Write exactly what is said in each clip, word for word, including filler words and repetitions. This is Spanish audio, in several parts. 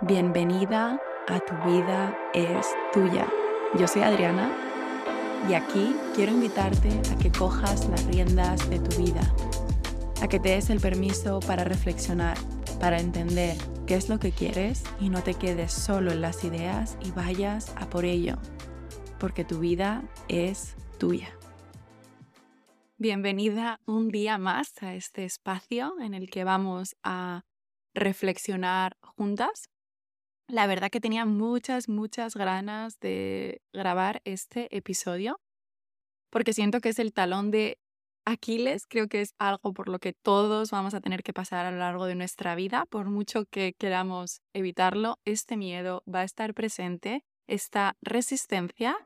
Bienvenida a Tu vida es tuya. Yo soy Adriana y aquí quiero invitarte a que cojas las riendas de tu vida, a que te des el permiso para reflexionar, para entender qué es lo que quieres y no te quedes solo en las ideas y vayas a por ello, porque tu vida es tuya. Bienvenida un día más a este espacio en el que vamos a reflexionar juntas. La verdad que tenía muchas, muchas ganas de grabar este episodio porque siento que es el talón de Aquiles. Creo que es algo por lo que todos vamos a tener que pasar a lo largo de nuestra vida. Por mucho que queramos evitarlo, este miedo va a estar presente, esta resistencia.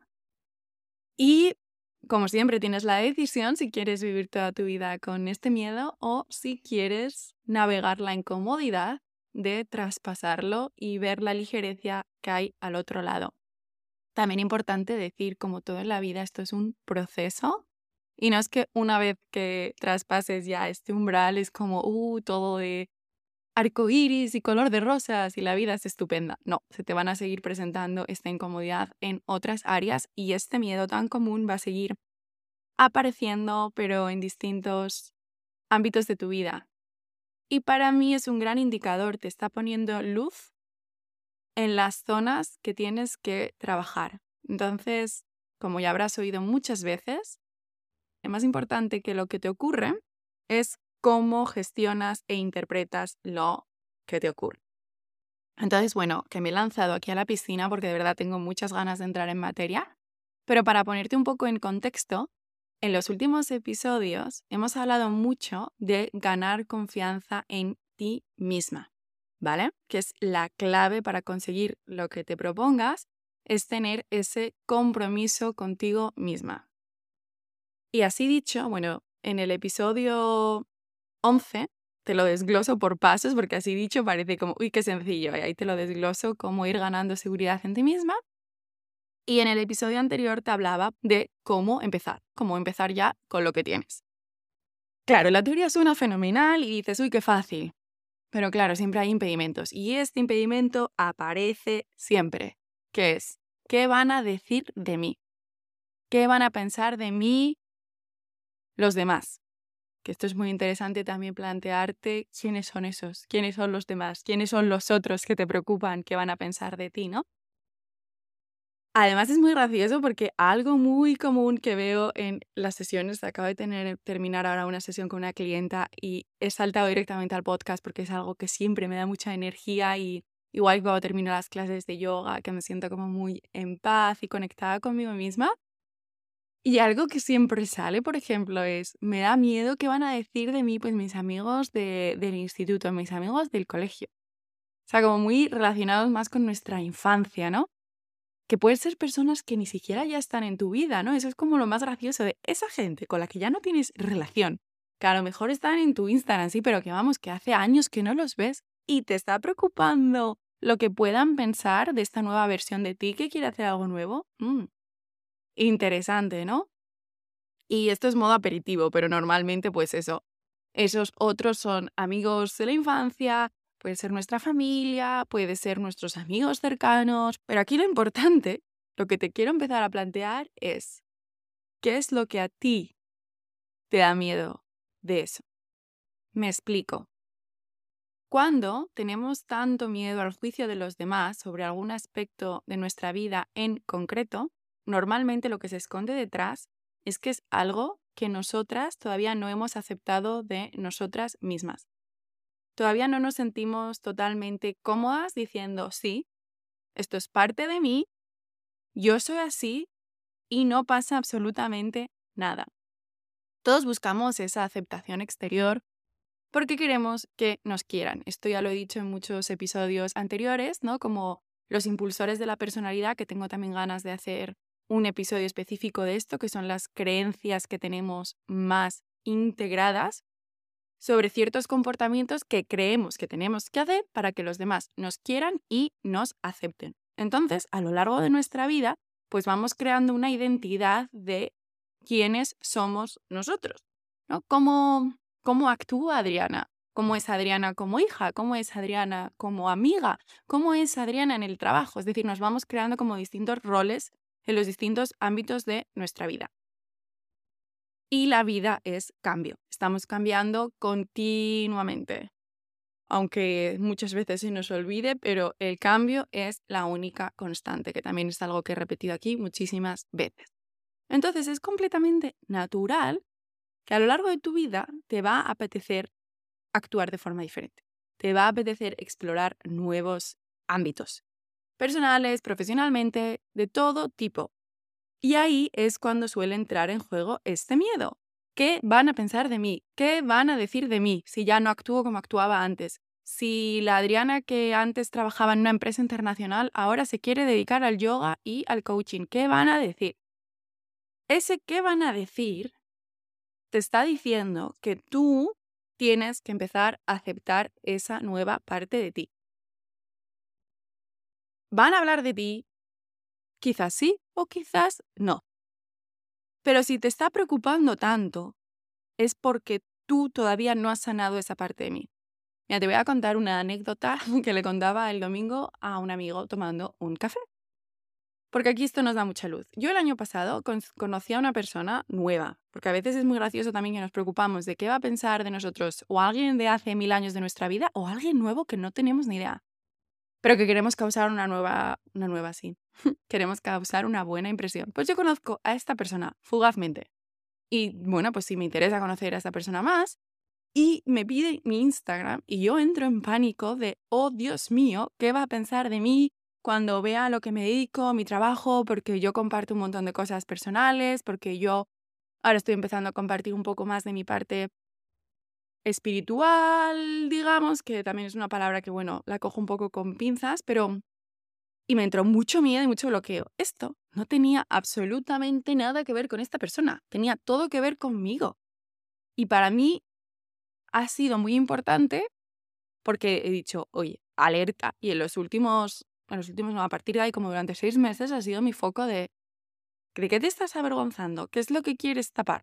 Y como siempre tienes la decisión si quieres vivir toda tu vida con este miedo o si quieres navegar la incomodidad de traspasarlo y ver la ligereza que hay al otro lado. También importante decir, como todo en la vida, esto es un proceso y no es que una vez que traspases ya este umbral es como uh, todo de arcoíris y color de rosas y la vida es estupenda. No, se te van a seguir presentando esta incomodidad en otras áreas y este miedo tan común va a seguir apareciendo, pero en distintos ámbitos de tu vida. Y para mí es un gran indicador, te está poniendo luz en las zonas que tienes que trabajar. Entonces, como ya habrás oído muchas veces, lo más importante que lo que te ocurre es cómo gestionas e interpretas lo que te ocurre. Entonces, bueno, que me he lanzado aquí a la piscina porque de verdad tengo muchas ganas de entrar en materia, pero para ponerte un poco en contexto, en los últimos episodios hemos hablado mucho de ganar confianza en ti misma, ¿vale? Que es la clave para conseguir lo que te propongas, es tener ese compromiso contigo misma. Y así dicho, bueno, en el episodio once te lo desgloso por pasos, porque así dicho parece como, uy, qué sencillo, y ahí te lo desgloso cómo ir ganando seguridad en ti misma. Y en el episodio anterior te hablaba de cómo empezar, cómo empezar ya con lo que tienes. Claro, la teoría suena fenomenal y dices, uy, qué fácil. Pero claro, siempre hay impedimentos. Y este impedimento aparece siempre, que es, ¿qué van a decir de mí? ¿Qué van a pensar de mí los demás? Que esto es muy interesante también plantearte quiénes son esos, quiénes son los demás, quiénes son los otros que te preocupan, qué van a pensar de ti, ¿no? Además es muy gracioso porque algo muy común que veo en las sesiones, acabo de tener, terminar ahora una sesión con una clienta y he saltado directamente al podcast porque es algo que siempre me da mucha energía y igual que cuando termino las clases de yoga, que me siento como muy en paz y conectada conmigo misma. Y algo que siempre sale, por ejemplo, es, me da miedo qué van a decir de mí pues mis amigos de, del instituto, mis amigos del colegio. O sea, como muy relacionados más con nuestra infancia, ¿no? Que pueden ser personas que ni siquiera ya están en tu vida, ¿no? Eso es como lo más gracioso de esa gente con la que ya no tienes relación, que a lo mejor están en tu Instagram, sí, pero que vamos, que hace años que no los ves y te está preocupando lo que puedan pensar de esta nueva versión de ti que quiere hacer algo nuevo. Mm, interesante, ¿no? Y esto es modo aperitivo, pero normalmente pues eso, esos otros son amigos de la infancia, puede ser nuestra familia, puede ser nuestros amigos cercanos, pero aquí lo importante, lo que te quiero empezar a plantear es, ¿qué es lo que a ti te da miedo de eso? Me explico. Cuando tenemos tanto miedo al juicio de los demás sobre algún aspecto de nuestra vida en concreto, normalmente lo que se esconde detrás es que es algo que nosotras todavía no hemos aceptado de nosotras mismas. Todavía no nos sentimos totalmente cómodas diciendo, sí, esto es parte de mí, yo soy así y no pasa absolutamente nada. Todos buscamos esa aceptación exterior porque queremos que nos quieran. Esto ya lo he dicho en muchos episodios anteriores, ¿no? Como los impulsores de la personalidad, que tengo también ganas de hacer un episodio específico de esto, que son las creencias que tenemos más integradas sobre ciertos comportamientos que creemos que tenemos que hacer para que los demás nos quieran y nos acepten. Entonces, a lo largo de nuestra vida, pues vamos creando una identidad de quiénes somos nosotros, ¿no? ¿Cómo, cómo actúa Adriana? ¿Cómo es Adriana como hija? ¿Cómo es Adriana como amiga? ¿Cómo es Adriana en el trabajo? Es decir, nos vamos creando como distintos roles en los distintos ámbitos de nuestra vida. Y la vida es cambio. Estamos cambiando continuamente. Aunque muchas veces se nos olvide, pero el cambio es la única constante, que también es algo que he repetido aquí muchísimas veces. Entonces es completamente natural que a lo largo de tu vida te va a apetecer actuar de forma diferente. Te va a apetecer explorar nuevos ámbitos, personales, profesionalmente, de todo tipo. Y ahí es cuando suele entrar en juego este miedo. ¿Qué van a pensar de mí? ¿Qué van a decir de mí si ya no actúo como actuaba antes? Si la Adriana que antes trabajaba en una empresa internacional ahora se quiere dedicar al yoga y al coaching, ¿qué van a decir? Ese qué van a decir te está diciendo que tú tienes que empezar a aceptar esa nueva parte de ti. ¿Van a hablar de ti? Quizás sí o quizás no. Pero si te está preocupando tanto, es porque tú todavía no has sanado esa parte de mí. Mira, te voy a contar una anécdota que le contaba el domingo a un amigo tomando un café. Porque aquí esto nos da mucha luz. Yo el año pasado con- conocí a una persona nueva, porque a veces es muy gracioso también que nos preocupamos de qué va a pensar de nosotros o alguien de hace mil años de nuestra vida o alguien nuevo que no tenemos ni idea, pero que queremos causar una nueva, una nueva sí. Queremos causar una buena impresión. Pues yo conozco a esta persona fugazmente. Y bueno, pues si me interesa conocer a esta persona más, y me pide mi Instagram y yo entro en pánico de, oh Dios mío, ¿qué va a pensar de mí cuando vea a lo que me dedico, mi trabajo? Porque yo comparto un montón de cosas personales, porque yo ahora estoy empezando a compartir un poco más de mi parte espiritual, digamos, que también es una palabra que, bueno, la cojo un poco con pinzas, pero... Y me entró mucho miedo y mucho bloqueo. Esto no tenía absolutamente nada que ver con esta persona, tenía todo que ver conmigo. Y para mí ha sido muy importante porque he dicho, oye, alerta. Y en los últimos, en los últimos, no, a partir de ahí, como durante seis meses, ha sido mi foco de, ¿de qué te estás avergonzando? ¿Qué es lo que quieres tapar?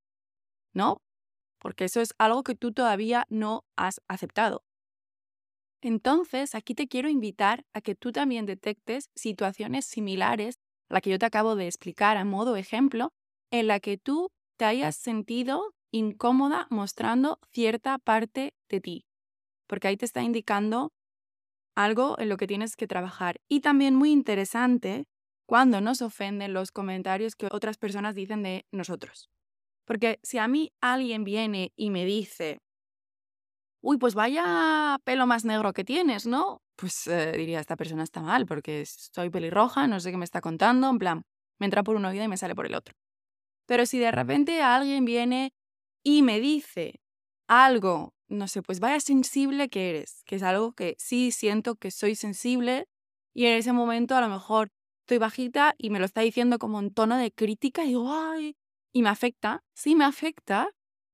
¿No? Porque eso es algo que tú todavía no has aceptado. Entonces, aquí te quiero invitar a que tú también detectes situaciones similares a la que yo te acabo de explicar a modo ejemplo, en la que tú te hayas sentido incómoda mostrando cierta parte de ti, porque ahí te está indicando algo en lo que tienes que trabajar. Y también muy interesante cuando nos ofenden los comentarios que otras personas dicen de nosotros. Porque si a mí alguien viene y me dice, uy, pues vaya pelo más negro que tienes, ¿no? Pues eh, diría, esta persona está mal porque soy pelirroja, no sé qué me está contando, en plan, me entra por un oído y me sale por el otro. Pero si de repente alguien viene y me dice algo, no sé, pues vaya sensible que eres, que es algo que sí siento que soy sensible y en ese momento a lo mejor estoy bajita y me lo está diciendo como en tono de crítica y digo, ay, y me afecta, sí me afecta,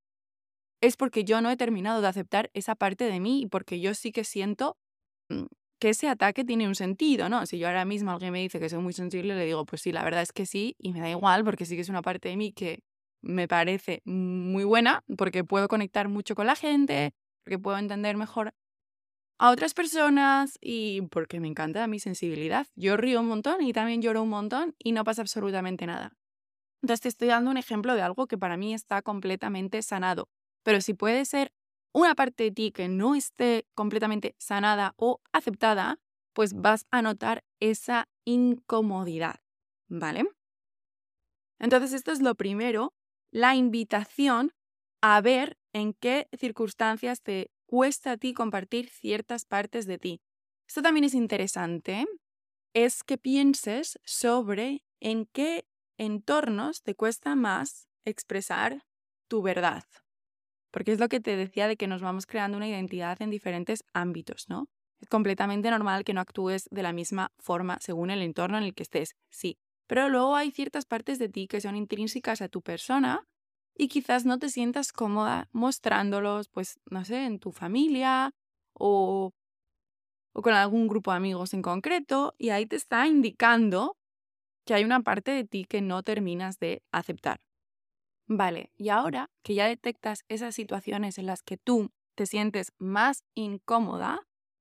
es porque yo no he terminado de aceptar esa parte de mí y porque yo sí que siento mm, que ese ataque tiene un sentido, ¿no? Si yo ahora mismo alguien me dice que soy muy sensible, le digo, pues sí, la verdad es que sí, y me da igual porque sí que es una parte de mí que me parece muy buena, porque puedo conectar mucho con la gente, porque puedo entender mejor a otras personas y porque me encanta mi sensibilidad. Yo río un montón y también lloro un montón y no pasa absolutamente nada. Entonces te estoy dando un ejemplo de algo que para mí está completamente sanado. Pero si puede ser una parte de ti que no esté completamente sanada o aceptada, pues vas a notar esa incomodidad, ¿vale? Entonces esto es lo primero, la invitación a ver en qué circunstancias te cuesta a ti compartir ciertas partes de ti. Esto también es interesante, es que pienses sobre en qué entornos te cuesta más expresar tu verdad. Porque es lo que te decía de que nos vamos creando una identidad en diferentes ámbitos, ¿no? Es completamente normal que no actúes de la misma forma según el entorno en el que estés, sí. Pero luego hay ciertas partes de ti que son intrínsecas a tu persona y quizás no te sientas cómoda mostrándolos, pues, no sé, en tu familia o o con algún grupo de amigos en concreto, y ahí te está indicando que hay una parte de ti que no terminas de aceptar. Vale, y ahora que ya detectas esas situaciones en las que tú te sientes más incómoda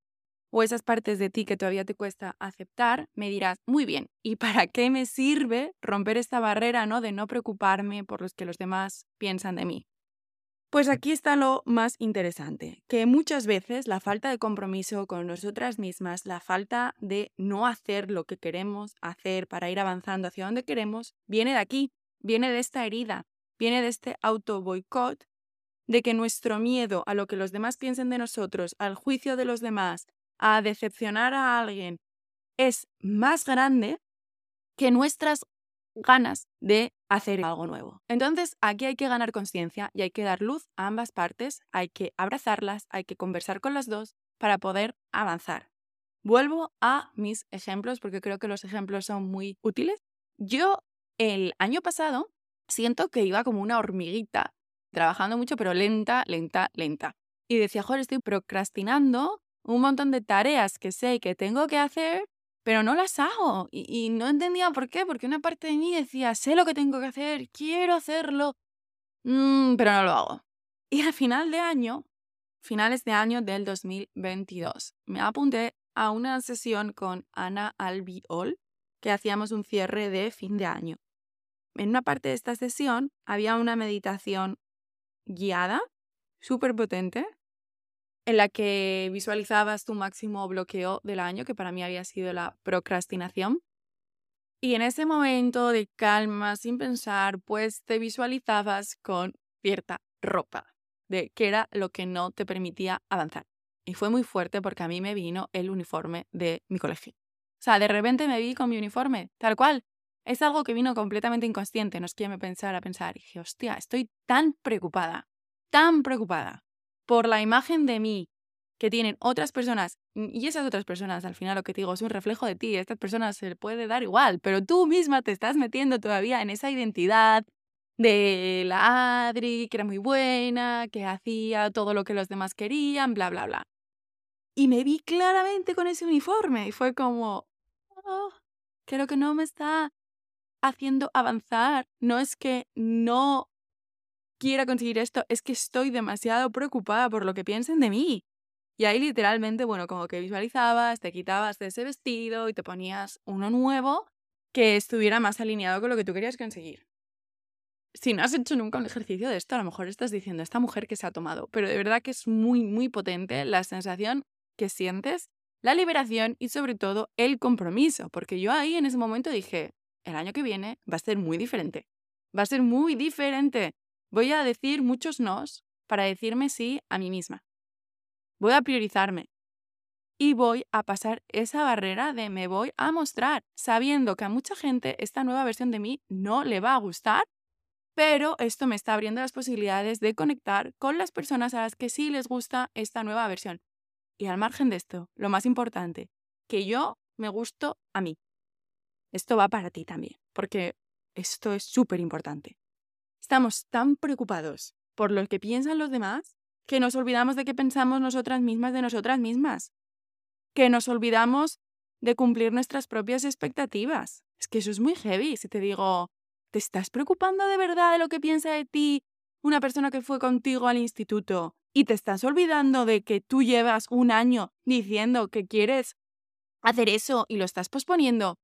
o esas partes de ti que todavía te cuesta aceptar, me dirás, muy bien, ¿y para qué me sirve romper esta barrera, ¿no? de no preocuparme por lo que los demás piensan de mí? Pues aquí está lo más interesante, que muchas veces la falta de compromiso con nosotras mismas, la falta de no hacer lo que queremos hacer para ir avanzando hacia donde queremos, viene de aquí, viene de esta herida, viene de este auto boicot, de que nuestro miedo a lo que los demás piensen de nosotros, al juicio de los demás, a decepcionar a alguien, es más grande que nuestras ganas de hacer algo nuevo. Entonces, aquí hay que ganar conciencia y hay que dar luz a ambas partes, hay que abrazarlas, hay que conversar con las dos para poder avanzar. Vuelvo a mis ejemplos porque creo que los ejemplos son muy útiles. Yo el año pasado siento que iba como una hormiguita, trabajando mucho, pero lenta, lenta, lenta. Y decía, joder, estoy procrastinando un montón de tareas que sé que tengo que hacer, pero no las hago. Y, y no entendía por qué, porque una parte de mí decía, sé lo que tengo que hacer, quiero hacerlo, mm, pero no lo hago. Y a final de año, finales de año del dos mil veintidós, me apunté a una sesión con Ana Albiol, que hacíamos un cierre de fin de año. En una parte de esta sesión había una meditación guiada, súper potente, en la que visualizabas tu máximo bloqueo del año, que para mí había sido la procrastinación. Y en ese momento de calma, sin pensar, pues te visualizabas con cierta ropa, de que era lo que no te permitía avanzar. Y fue muy fuerte porque a mí me vino el uniforme de mi colegio. O sea, de repente me vi con mi uniforme, tal cual. Es algo que vino completamente inconsciente, no es que yo me pensara a pensar. Y dije, hostia, estoy tan preocupada, tan preocupada por la imagen de mí que tienen otras personas, y esas otras personas, al final lo que te digo, es un reflejo de ti, a estas personas se le puede dar igual, pero tú misma te estás metiendo todavía en esa identidad de la Adri, que era muy buena, que hacía todo lo que los demás querían, bla, bla, bla. Y me vi claramente con ese uniforme y fue como, oh, creo que no me está haciendo avanzar, no es que no quiera conseguir esto, es que estoy demasiado preocupada por lo que piensen de mí. Y ahí literalmente, bueno, como que visualizabas, te quitabas de ese vestido y te ponías uno nuevo que estuviera más alineado con lo que tú querías conseguir. Si no has hecho nunca un ejercicio de esto, a lo mejor estás diciendo, esta mujer que se ha tomado, pero de verdad que es muy, muy potente la sensación que sientes, la liberación y sobre todo el compromiso, porque yo ahí en ese momento dije, el año que viene va a ser muy diferente, va a ser muy diferente. Voy a decir muchos nos para decirme sí a mí misma. Voy a priorizarme y voy a pasar esa barrera de me voy a mostrar, sabiendo que a mucha gente esta nueva versión de mí no le va a gustar, pero esto me está abriendo las posibilidades de conectar con las personas a las que sí les gusta esta nueva versión. Y al margen de esto, lo más importante, que yo me gusto a mí. Esto va para ti también, porque esto es súper importante. Estamos tan preocupados por lo que piensan los demás que nos olvidamos de qué pensamos nosotras mismas de nosotras mismas. Que nos olvidamos de cumplir nuestras propias expectativas. Es que eso es muy heavy. Si te digo, ¿te estás preocupando de verdad de lo que piensa de ti una persona que fue contigo al instituto? Y te estás olvidando de que tú llevas un año diciendo que quieres hacer eso y lo estás posponiendo,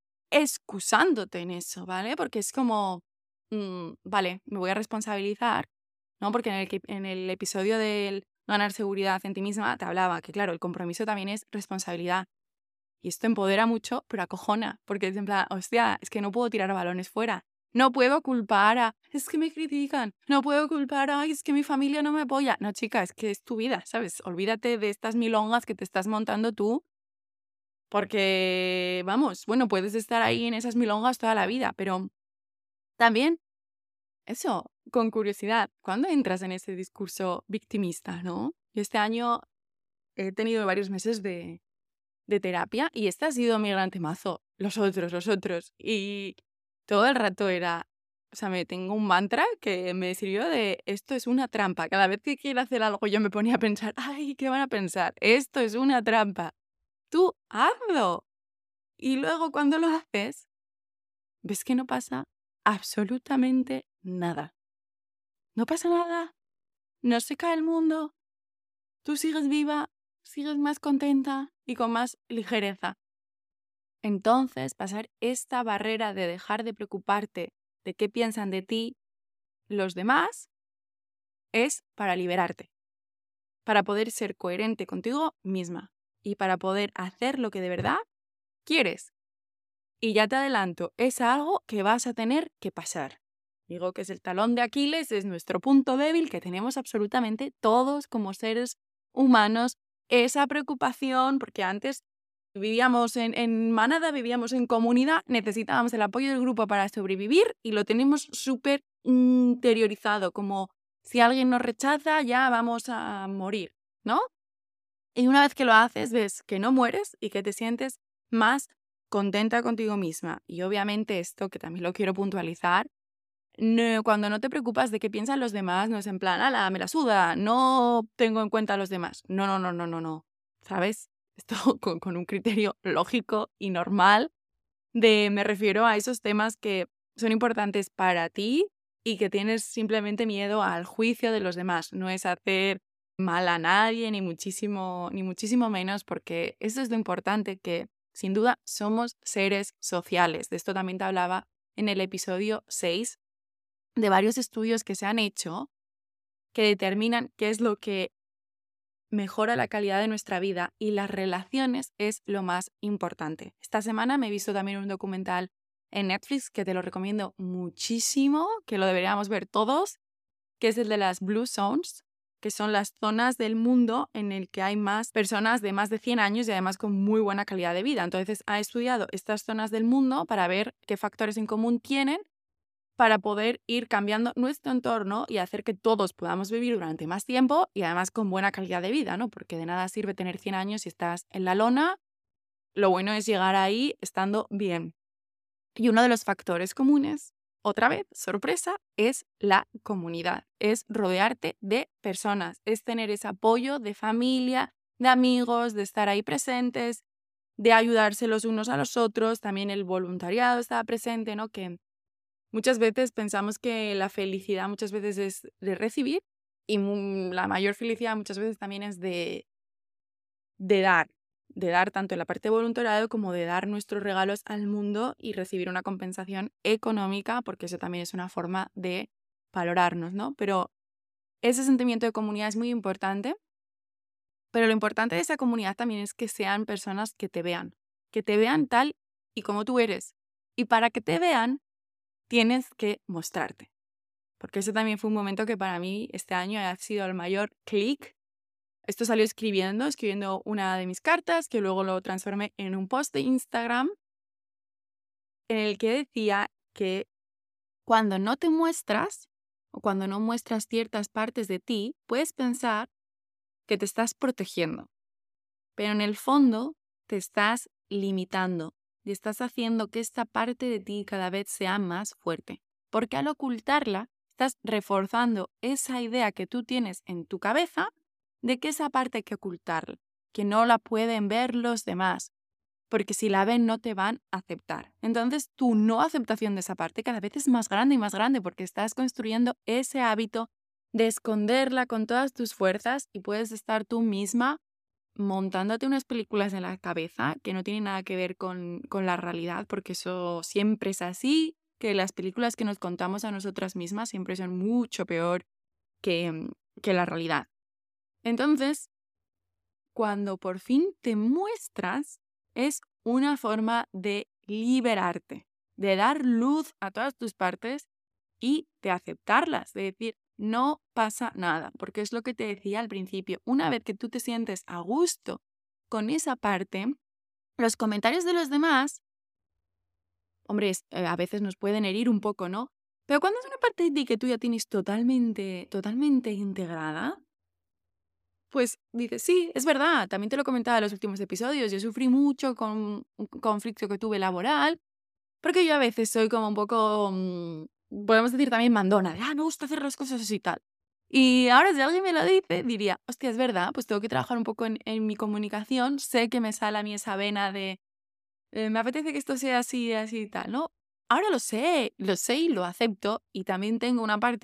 excusándote en eso, ¿vale? Porque es como, mm, vale, me voy a responsabilizar, ¿no? Porque en el, que- en el episodio del ganar seguridad en ti misma te hablaba que, claro, el compromiso también es responsabilidad. Y esto empodera mucho, pero acojona, porque es en plan, hostia, es que no puedo tirar balones fuera. No puedo culpar a, es que me critican. No puedo culpar a, ay, es que mi familia no me apoya. No, chica, es que es tu vida, ¿sabes? Olvídate de estas milongas que te estás montando tú, porque, vamos, bueno, puedes estar ahí en esas milongas toda la vida, pero también, eso, con curiosidad, ¿cuándo entras en ese discurso victimista, no? Yo este año he tenido varios meses de de terapia y este ha sido mi gran temazo. Los otros, los otros. Y todo el rato era, o sea, me tengo un mantra que me sirvió de esto es una trampa. Cada vez que quiero hacer algo yo me ponía a pensar, ay, ¿qué van a pensar? Esto es una trampa. Tú hazlo. Y luego cuando lo haces, ves que no pasa absolutamente nada. No pasa nada. No se cae el mundo. tú sigues viva, sigues más contenta y con más ligereza. Entonces, pasar esta barrera de dejar de preocuparte de qué piensan de ti los demás es para liberarte, para poder ser coherente contigo misma y para poder hacer lo que de verdad quieres. Y ya te adelanto, es algo que vas a tener que pasar. Digo que es el talón de Aquiles, es nuestro punto débil que tenemos absolutamente todos como seres humanos, esa preocupación, porque antes vivíamos en, en manada, vivíamos en comunidad, necesitábamos el apoyo del grupo para sobrevivir y lo tenemos súper interiorizado, como si alguien nos rechaza ya vamos a morir, ¿no? Y una vez que lo haces, ves que no mueres y que te sientes más contenta contigo misma. Y obviamente esto, que también lo quiero puntualizar, no, cuando no te preocupas de qué piensan los demás, no es en plan, ala, me la suda, no tengo en cuenta a los demás. No, no, no, no, no, no. ¿Sabes? Esto con, con un criterio lógico y normal de, me refiero a esos temas que son importantes para ti y que tienes simplemente miedo al juicio de los demás. No es hacer mal a nadie, ni muchísimo, ni muchísimo menos, porque eso es lo importante, que sin duda somos seres sociales. De esto también te hablaba en el episodio seis, de varios estudios que se han hecho que determinan qué es lo que mejora la calidad de nuestra vida, y las relaciones es lo más importante. Esta semana me he visto también un documental en Netflix que te lo recomiendo muchísimo, que lo deberíamos ver todos, que es el de las Blue Zones, que son las zonas del mundo en el que hay más personas de más de cien años y además con muy buena calidad de vida. Entonces ha estudiado estas zonas del mundo para ver qué factores en común tienen para poder ir cambiando nuestro entorno y hacer que todos podamos vivir durante más tiempo y además con buena calidad de vida, ¿no? Porque de nada sirve tener cien años si estás en la lona. Lo bueno es llegar ahí estando bien. Y uno de los factores comunes, otra vez, sorpresa, es la comunidad. Es rodearte de personas, es tener ese apoyo de familia, de amigos, de estar ahí presentes, de ayudarse los unos a los otros. También el voluntariado está presente, ¿no? Que muchas veces pensamos que la felicidad muchas veces es de recibir y mu- la mayor felicidad muchas veces también es de, de dar, de dar tanto en la parte de voluntariado como de dar nuestros regalos al mundo y recibir una compensación económica, porque eso también es una forma de valorarnos, ¿no? Pero ese sentimiento de comunidad es muy importante, pero lo importante de esa comunidad también es que sean personas que te vean, que te vean tal y como tú eres. Y para que te vean, tienes que mostrarte. Porque ese también fue un momento que para mí este año ha sido el mayor clic. Esto salió escribiendo, escribiendo una de mis cartas, que luego lo transformé en un post de Instagram, en el que decía que cuando no te muestras, o cuando no muestras ciertas partes de ti, puedes pensar que te estás protegiendo, pero en el fondo te estás limitando y estás haciendo que esta parte de ti cada vez sea más fuerte. Porque al ocultarla, estás reforzando esa idea que tú tienes en tu cabeza de que esa parte hay que ocultarla, que no la pueden ver los demás, porque si la ven no te van a aceptar. Entonces tu no aceptación de esa parte cada vez es más grande y más grande, porque estás construyendo ese hábito de esconderla con todas tus fuerzas y puedes estar tú misma montándote unas películas en la cabeza que no tienen nada que ver con, con la realidad, porque eso siempre es así, que las películas que nos contamos a nosotras mismas siempre son mucho peor que, que la realidad. Entonces, cuando por fin te muestras, es una forma de liberarte, de dar luz a todas tus partes y de aceptarlas, de decir, no pasa nada, porque es lo que te decía al principio. Una vez que tú te sientes a gusto con esa parte, los comentarios de los demás, hombre, es- eh, a veces nos pueden herir un poco, ¿no? Pero cuando es una parte de ti que tú ya tienes totalmente, totalmente integrada, pues dices, sí, es verdad, también te lo comentaba en los últimos episodios, yo sufrí mucho con un conflicto que tuve laboral, porque yo a veces soy como un poco, mm, podemos decir también mandona, de, ah, me gusta hacer las cosas así y tal. Y ahora si alguien me lo dice, diría, hostia, es verdad, pues tengo que trabajar un poco en, en mi comunicación, sé que me sale a mí esa vena de, eh, me apetece que esto sea así, así y tal, ¿no? Ahora lo sé, lo sé y lo acepto, y también tengo una parte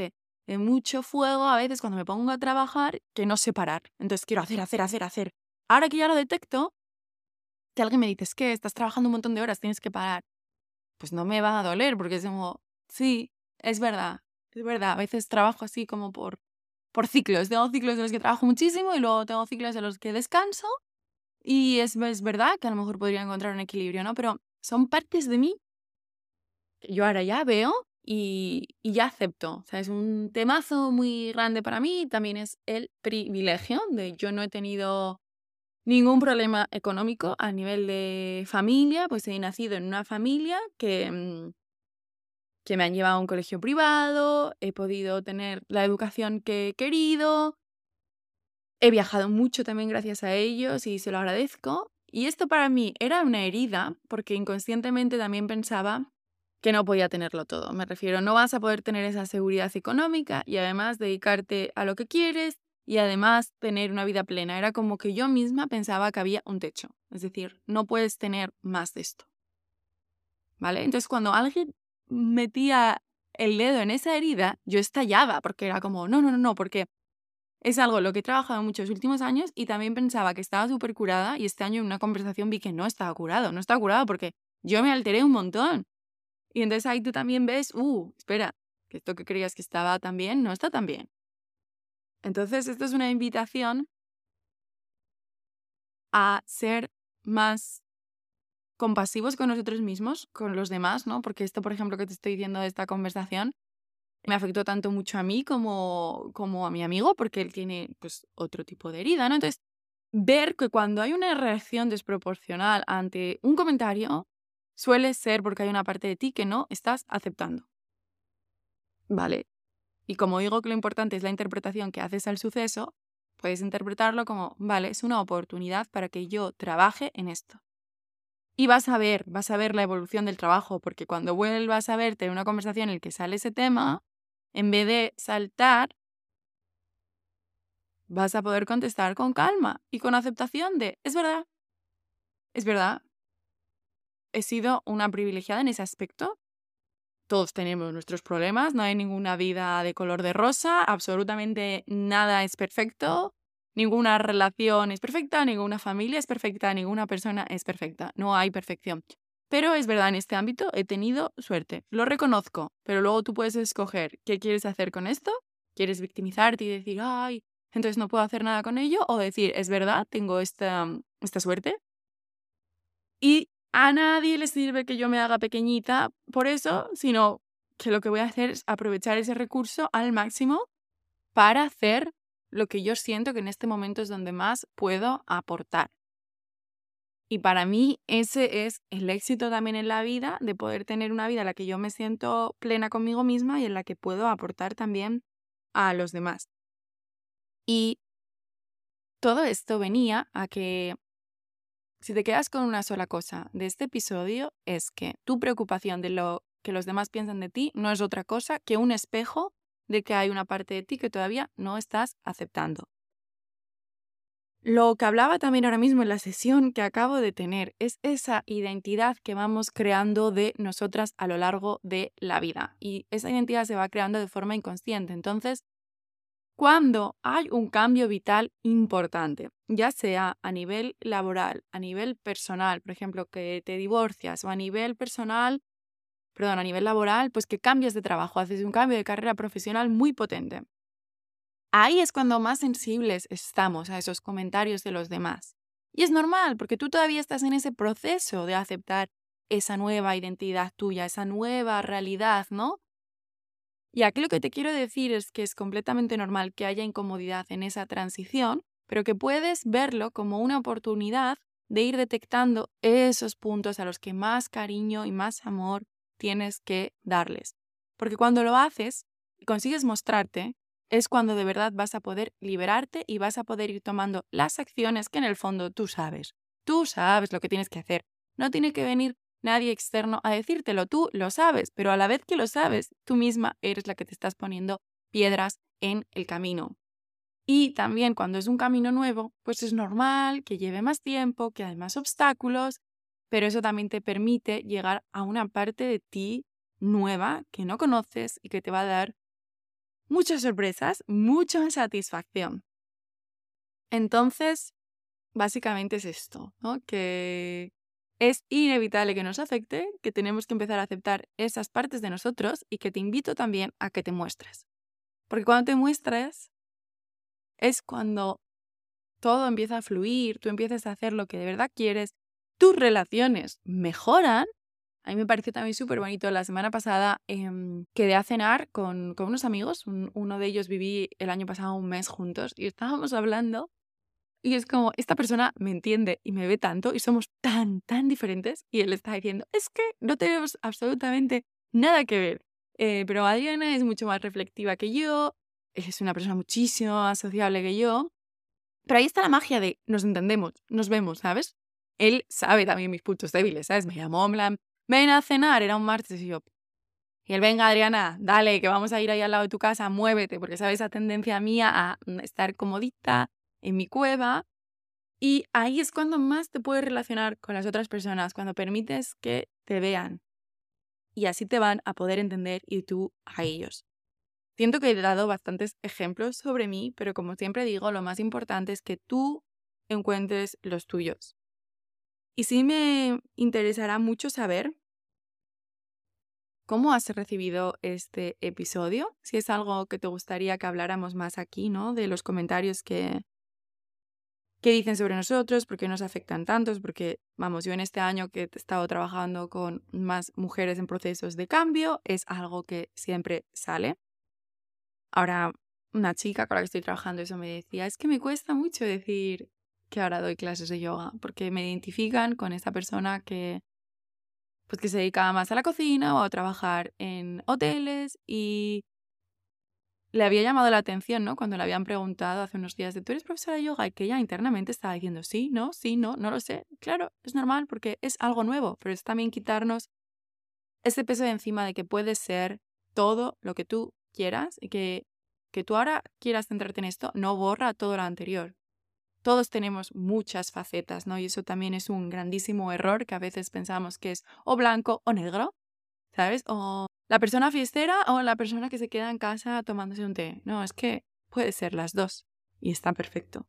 de mucho fuego a veces cuando me pongo a trabajar que no sé parar. Entonces quiero hacer, hacer, hacer, hacer. Ahora que ya lo detecto, si alguien me dice, es que estás trabajando un montón de horas, tienes que parar, pues no me va a doler porque es como, sí, es verdad, es verdad. A veces trabajo así como por, por ciclos. Tengo ciclos de los que trabajo muchísimo y luego tengo ciclos de los que descanso. Y es, es verdad que a lo mejor podría encontrar un equilibrio, ¿no? Pero son partes de mí que yo ahora ya veo y, y ya acepto. O sea, es un temazo muy grande para mí. También es el privilegio de yo no he tenido ningún problema económico a nivel de familia. Pues he nacido en una familia que, mm, que me han llevado a un colegio privado, he podido tener la educación que he querido. He viajado mucho también gracias a ellos y se lo agradezco. Y esto para mí era una herida porque inconscientemente también pensaba que no podía tenerlo todo. Me refiero, no vas a poder tener esa seguridad económica y además dedicarte a lo que quieres y además tener una vida plena. Era como que yo misma pensaba que había un techo. Es decir, no puedes tener más de esto. ¿Vale? Entonces cuando alguien metía el dedo en esa herida, yo estallaba porque era como, no, no, no, no, porque es algo en lo que he trabajado muchos últimos años y también pensaba que estaba súper curada y este año en una conversación vi que no estaba curado, no estaba curado porque yo me alteré un montón. Y entonces ahí tú también ves, uh, espera, que esto que creías que estaba tan bien, no está tan bien. Entonces esto es una invitación a ser más compasivos con nosotros mismos, con los demás, ¿no? Porque esto, por ejemplo, que te estoy diciendo de esta conversación, me afectó tanto mucho a mí como, como a mi amigo, porque él tiene pues otro tipo de herida, ¿no? Entonces, ver que cuando hay una reacción desproporcional ante un comentario, suele ser porque hay una parte de ti que no estás aceptando. ¿Vale? Y como digo que lo importante es la interpretación que haces al suceso, puedes interpretarlo como, vale, es una oportunidad para que yo trabaje en esto. Y vas a ver, vas a ver la evolución del trabajo, porque cuando vuelvas a verte en una conversación en la que sale ese tema, en vez de saltar, vas a poder contestar con calma y con aceptación de, es verdad, es verdad, he sido una privilegiada en ese aspecto. Todos tenemos nuestros problemas, no hay ninguna vida de color de rosa, absolutamente nada es perfecto, ninguna relación es perfecta, ninguna familia es perfecta, ninguna persona es perfecta, no hay perfección. Pero es verdad, en este ámbito he tenido suerte, lo reconozco, pero luego tú puedes escoger qué quieres hacer con esto, quieres victimizarte y decir, ay, entonces no puedo hacer nada con ello, o decir, es verdad, tengo esta, esta suerte y a nadie le sirve que yo me haga pequeñita por eso, sino que lo que voy a hacer es aprovechar ese recurso al máximo para hacer lo que yo siento que en este momento es donde más puedo aportar. Y para mí ese es el éxito también en la vida, de poder tener una vida en la que yo me siento plena conmigo misma y en la que puedo aportar también a los demás. Y todo esto venía a que si te quedas con una sola cosa de este episodio es que tu preocupación de lo que los demás piensan de ti no es otra cosa que un espejo de que hay una parte de ti que todavía no estás aceptando. Lo que hablaba también ahora mismo en la sesión que acabo de tener es esa identidad que vamos creando de nosotras a lo largo de la vida. Y esa identidad se va creando de forma inconsciente. Entonces, cuando hay un cambio vital importante, ya sea a nivel laboral, a nivel personal, por ejemplo, que te divorcias, o a nivel personal, perdón, a nivel laboral, pues que cambias de trabajo, haces un cambio de carrera profesional muy potente. Ahí es cuando más sensibles estamos a esos comentarios de los demás. Y es normal, porque tú todavía estás en ese proceso de aceptar esa nueva identidad tuya, esa nueva realidad, ¿no? Y aquí lo que te quiero decir es que es completamente normal que haya incomodidad en esa transición, pero que puedes verlo como una oportunidad de ir detectando esos puntos a los que más cariño y más amor tienes que darles. Porque cuando lo haces y consigues mostrarte, es cuando de verdad vas a poder liberarte y vas a poder ir tomando las acciones que en el fondo tú sabes. Tú sabes lo que tienes que hacer. No tiene que venir nadie externo a decírtelo, tú lo sabes, pero a la vez que lo sabes, tú misma eres la que te estás poniendo piedras en el camino. Y también cuando es un camino nuevo, pues es normal que lleve más tiempo, que hay más obstáculos, pero eso también te permite llegar a una parte de ti nueva que no conoces y que te va a dar muchas sorpresas, mucha satisfacción. Entonces, básicamente es esto, ¿no? Que es inevitable que nos afecte, que tenemos que empezar a aceptar esas partes de nosotros y que te invito también a que te muestres. Porque cuando te muestres es cuando todo empieza a fluir, tú empiezas a hacer lo que de verdad quieres, tus relaciones mejoran. A mí me pareció también súper bonito. La semana pasada eh, quedé a cenar con, con unos amigos. Un, uno de ellos viví el año pasado un mes juntos y estábamos hablando y es como, esta persona me entiende y me ve tanto y somos tan, tan diferentes. Y él está diciendo, es que no tenemos absolutamente nada que ver. Eh, pero Adriana es mucho más reflexiva que yo, es una persona muchísimo más sociable que yo. Pero ahí está la magia de nos entendemos, nos vemos, ¿sabes? Él sabe también mis puntos débiles, ¿sabes? Me llamó, en plan, ven a cenar, era un martes y yo... Y él, venga, Adriana, dale, que vamos a ir ahí al lado de tu casa, muévete, porque sabes esa tendencia mía a estar comodita en mi cueva. Y ahí es cuando más te puedes relacionar con las otras personas, cuando permites que te vean. Y así te van a poder entender y tú a ellos. Siento que he dado bastantes ejemplos sobre mí, pero como siempre digo, lo más importante es que tú encuentres los tuyos. Y sí me interesará mucho saber cómo has recibido este episodio, si es algo que te gustaría que habláramos más aquí, ¿no? De los comentarios que, que dicen sobre nosotros, por qué nos afectan tantos, porque, vamos, yo en este año que he estado trabajando con más mujeres en procesos de cambio, es algo que siempre sale. Ahora, una chica con la que estoy trabajando eso me decía, es que me cuesta mucho decir que ahora doy clases de yoga, porque me identifican con esta persona que, pues, que se dedica más a la cocina o a trabajar en hoteles y le había llamado la atención, ¿no? Cuando le habían preguntado hace unos días de, ¿tú eres profesora de yoga? Y que ella internamente estaba diciendo, sí, no, sí, no, no lo sé. Claro, es normal porque es algo nuevo, pero es también quitarnos ese peso de encima de que puedes ser todo lo que tú quieras y que, que tú ahora quieras centrarte en esto no borra todo lo anterior. Todos tenemos muchas facetas, ¿no? Y eso también es un grandísimo error que a veces pensamos que es o blanco o negro, ¿sabes? O la persona fiestera o la persona que se queda en casa tomándose un té. No, es que puede ser las dos y está perfecto.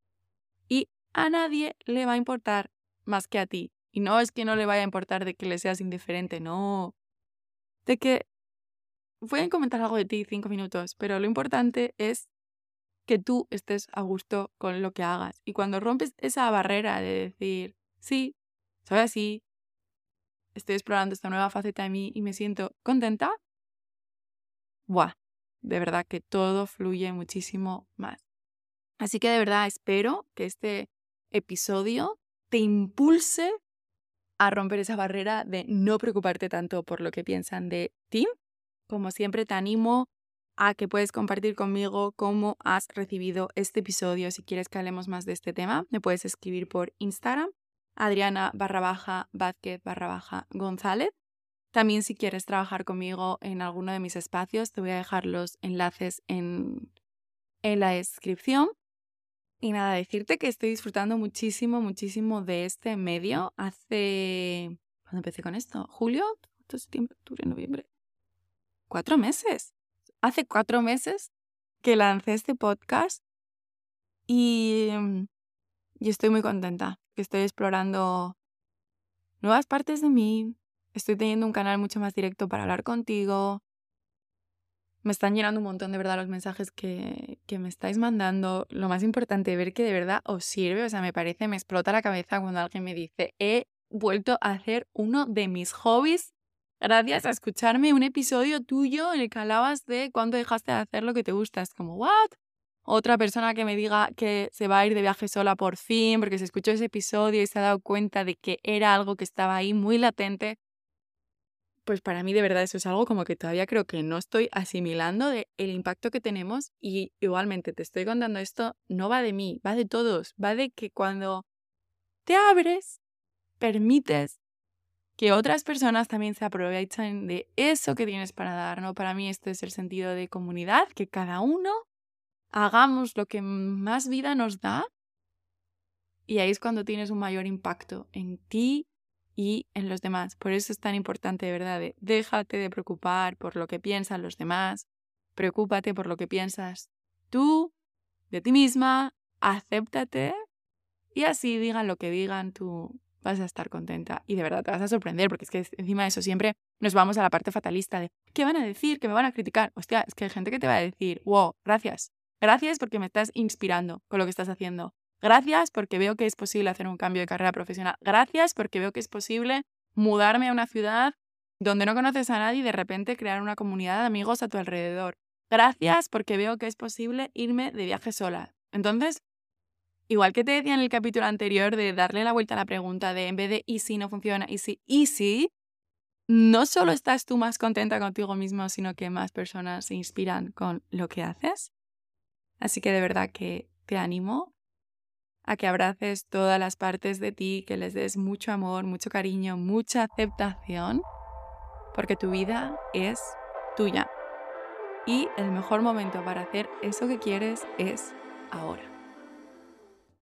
Y a nadie le va a importar más que a ti. Y no es que no le vaya a importar de que le seas indiferente, no. De que pueden comentar algo de ti cinco minutos, pero lo importante es que tú estés a gusto con lo que hagas. Y cuando rompes esa barrera de decir, sí, soy así, estoy explorando esta nueva faceta de mí y me siento contenta, ¡buah! De verdad que todo fluye muchísimo más. Así que de verdad espero que este episodio te impulse a romper esa barrera de no preocuparte tanto por lo que piensan de ti. Como siempre te animo a que puedes compartir conmigo cómo has recibido este episodio. Si quieres que hablemos más de este tema, me puedes escribir por Instagram, Adriana barra baja Vázquez barra baja González. También si quieres trabajar conmigo en alguno de mis espacios, te voy a dejar los enlaces en, en la descripción. Y nada, decirte que estoy disfrutando muchísimo, muchísimo de este medio. Hace... ¿Cuándo empecé con esto? ¿Julio? ¿Agosto, septiembre, octubre, noviembre? ¿Cuatro meses? Hace cuatro meses que lancé este podcast y, y estoy muy contenta. Que estoy explorando nuevas partes de mí. Estoy teniendo un canal mucho más directo para hablar contigo. Me están llenando un montón de verdad los mensajes que, que me estáis mandando. Lo más importante, ver que de verdad os sirve. O sea, me parece, me explota la cabeza cuando alguien me dice, he vuelto a hacer uno de mis hobbies gracias a escucharme un episodio tuyo en el que hablabas de cuándo dejaste de hacer lo que te gusta. Es como, ¿what? Otra persona que me diga que se va a ir de viaje sola por fin porque se escuchó ese episodio y se ha dado cuenta de que era algo que estaba ahí muy latente. Pues para mí de verdad eso es algo como que todavía creo que no estoy asimilando de el impacto que tenemos y igualmente te estoy contando esto, no va de mí, va de todos, va de que cuando te abres, permites que otras personas también se aprovechen de eso que tienes para dar, ¿no? Para mí este es el sentido de comunidad, que cada uno hagamos lo que más vida nos da y ahí es cuando tienes un mayor impacto en ti y en los demás. Por eso es tan importante, de verdad, de déjate de preocupar por lo que piensan los demás. preocúpate por lo que piensas tú, de ti misma, acéptate y así digan lo que digan, tú vas a estar contenta y de verdad te vas a sorprender porque es que encima de eso siempre nos vamos a la parte fatalista de ¿qué van a decir? ¿Qué me van a criticar? Hostia, es que hay gente que te va a decir, wow, gracias. Gracias porque me estás inspirando con lo que estás haciendo. Gracias porque veo que es posible hacer un cambio de carrera profesional. Gracias porque veo que es posible mudarme a una ciudad donde no conoces a nadie y de repente crear una comunidad de amigos a tu alrededor. Gracias porque veo que es posible irme de viaje sola. Entonces, igual que te decía en el capítulo anterior de darle la vuelta a la pregunta de en vez de ¿y si no funciona? ¿Y si? ¿Y si? No solo estás tú más contenta contigo mismo, sino que más personas se inspiran con lo que haces. Así que de verdad que te animo a que abraces todas las partes de ti, que les des mucho amor, mucho cariño, mucha aceptación, porque tu vida es tuya. Y el mejor momento para hacer eso que quieres es ahora.